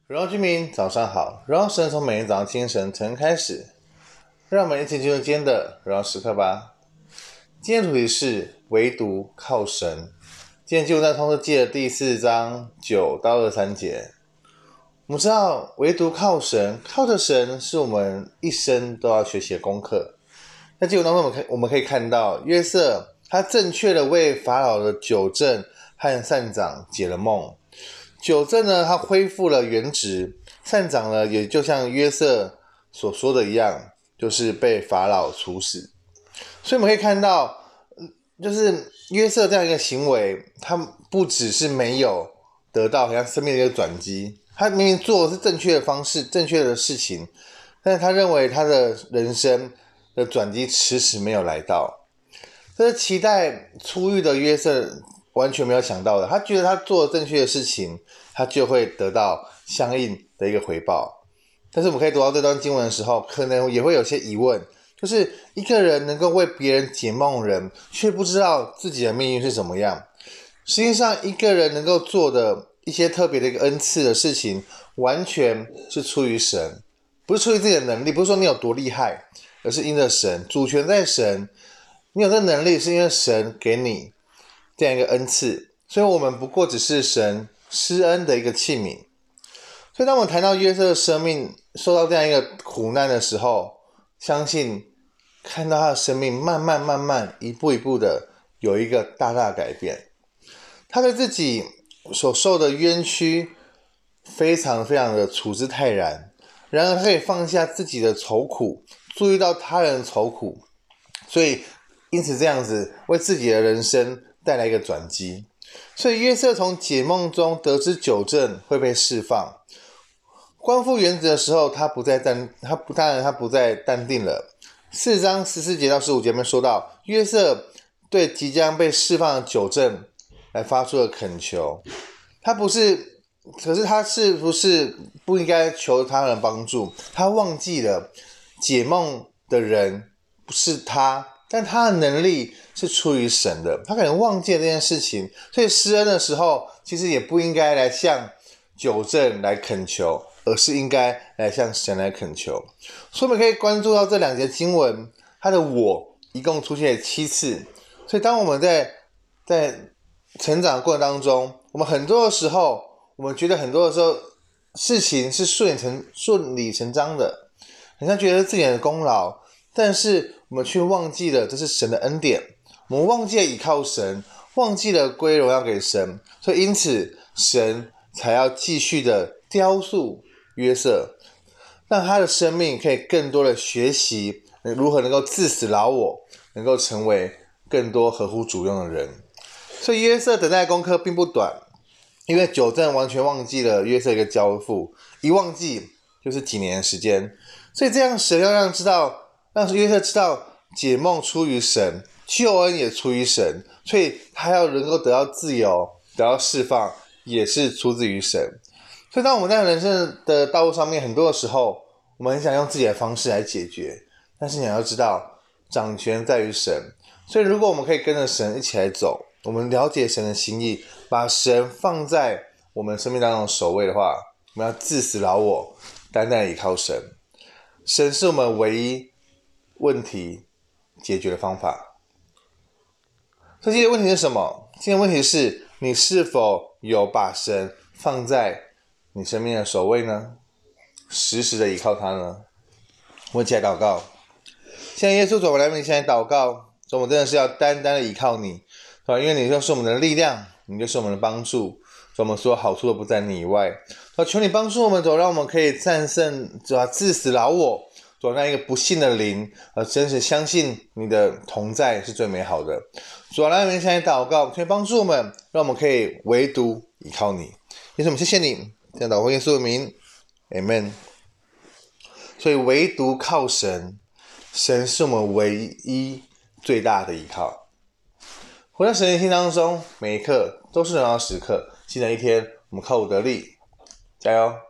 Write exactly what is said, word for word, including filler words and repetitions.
荣耀居民早上好，荣耀神从每天早上清晨晨开始，让我们一起进入今天的荣耀时刻吧。今天的主题是唯独靠神。今天进入在创世纪的第四章九到二十三节。我们知道唯独靠神，靠着神是我们一生都要学习的功课。在经文当中我们可我们可以看到约瑟他正确的为法老的九正和善长解了梦。九正呢，他恢复了原职，善长呢也就像约瑟所说的一样，就是被法老处死。所以我们可以看到就是约瑟这样一个行为，他不只是没有得到好像生命的一个转机，他明明做的是正确的方式正确的事情，但是他认为他的人生的转机迟迟没有来到。这是期待出狱的约瑟完全没有想到的，他觉得他做正确的事情，他就会得到相应的一个回报。但是我们可以读到这段经文的时候，可能也会有些疑问，就是一个人能够为别人解梦人，却不知道自己的命运是怎么样。实际上一个人能够做的一些特别的一个恩赐的事情，完全是出于神，不是出于自己的能力，不是说你有多厉害，而是因着神，主权在神，你有这能力是因为神给你这样一个恩赐，所以我们不过只是神施恩的一个器皿。所以当我们谈到约瑟的生命受到这样一个苦难的时候，相信看到他的生命慢慢慢慢一步一步的有一个大大的改变。他对自己所受的冤屈非常非常的处之泰然，然而他可以放下自己的愁苦，注意到他人的愁苦，所以因此这样子为自己的人生带来一个转机。所以约瑟从解梦中得知九正会被释放，官复原职的时候，他不再淡，他不当然他不再淡定了。四章十四节到十五节面说到，约瑟对即将被释放的九正来发出了恳求。他不是，可是他是不是不应该求他人帮助？他忘记了解梦的人不是他，但他的能力是出于神的，他可能忘记了这件事情，所以施恩的时候其实也不应该来向九正来恳求，而是应该来向神来恳求。所以我们可以关注到这两节经文，他的我一共出现了七次。所以当我们在在成长的过程当中，我们很多的时候，我们觉得很多的时候事情是顺理成顺理成章的，好像觉得是自己的功劳，但是我们却忘记了这是神的恩典，我们忘记了倚靠神，忘记了归荣耀给神，所以因此神才要继续的雕塑约瑟，让他的生命可以更多的学习如何能够治死老我，能够成为更多合乎主用的人。所以约瑟等待的功课并不短，因为九正完全忘记了约瑟一个交付，一忘记就是几年的时间。所以这样神要让知道，让约瑟知道解梦出于神，救恩也出于神，所以他要能够得到自由，得到释放，也是出自于神。所以当我们在人生的道路上面，很多的时候我们很想用自己的方式来解决，但是你要知道掌权在于神。所以如果我们可以跟着神一起来走，我们了解神的心意，把神放在我们生命当中的首位的话，我们要治死老我，单单依靠神。神是我们唯一问题解决的方法。所以今天的问题是什么？今天的问题是你是否有把神放在你生命的首位呢？时时的依靠他呢？我们一起来祷告。现在耶稣主，我们来为你现在祷告，主，我们真的是要单单的依靠你，因为你就是我们的力量，你就是我们的帮助，主，我们所有好处都不在你以外。求你帮助我们，主，让我们可以战胜主治死老我，主，让一个不幸的灵而真实相信你的同在是最美好的。主，来为你现在祷告，求你帮助我们，让我们可以唯独依靠你。耶稣，我们谢谢你，这样祷告耶稣的名 Amen。 所以唯独靠神，神是我们唯一最大的依靠。活在神的心当中，每一刻都是荣耀时刻。新的一天，我们靠主得力，加油！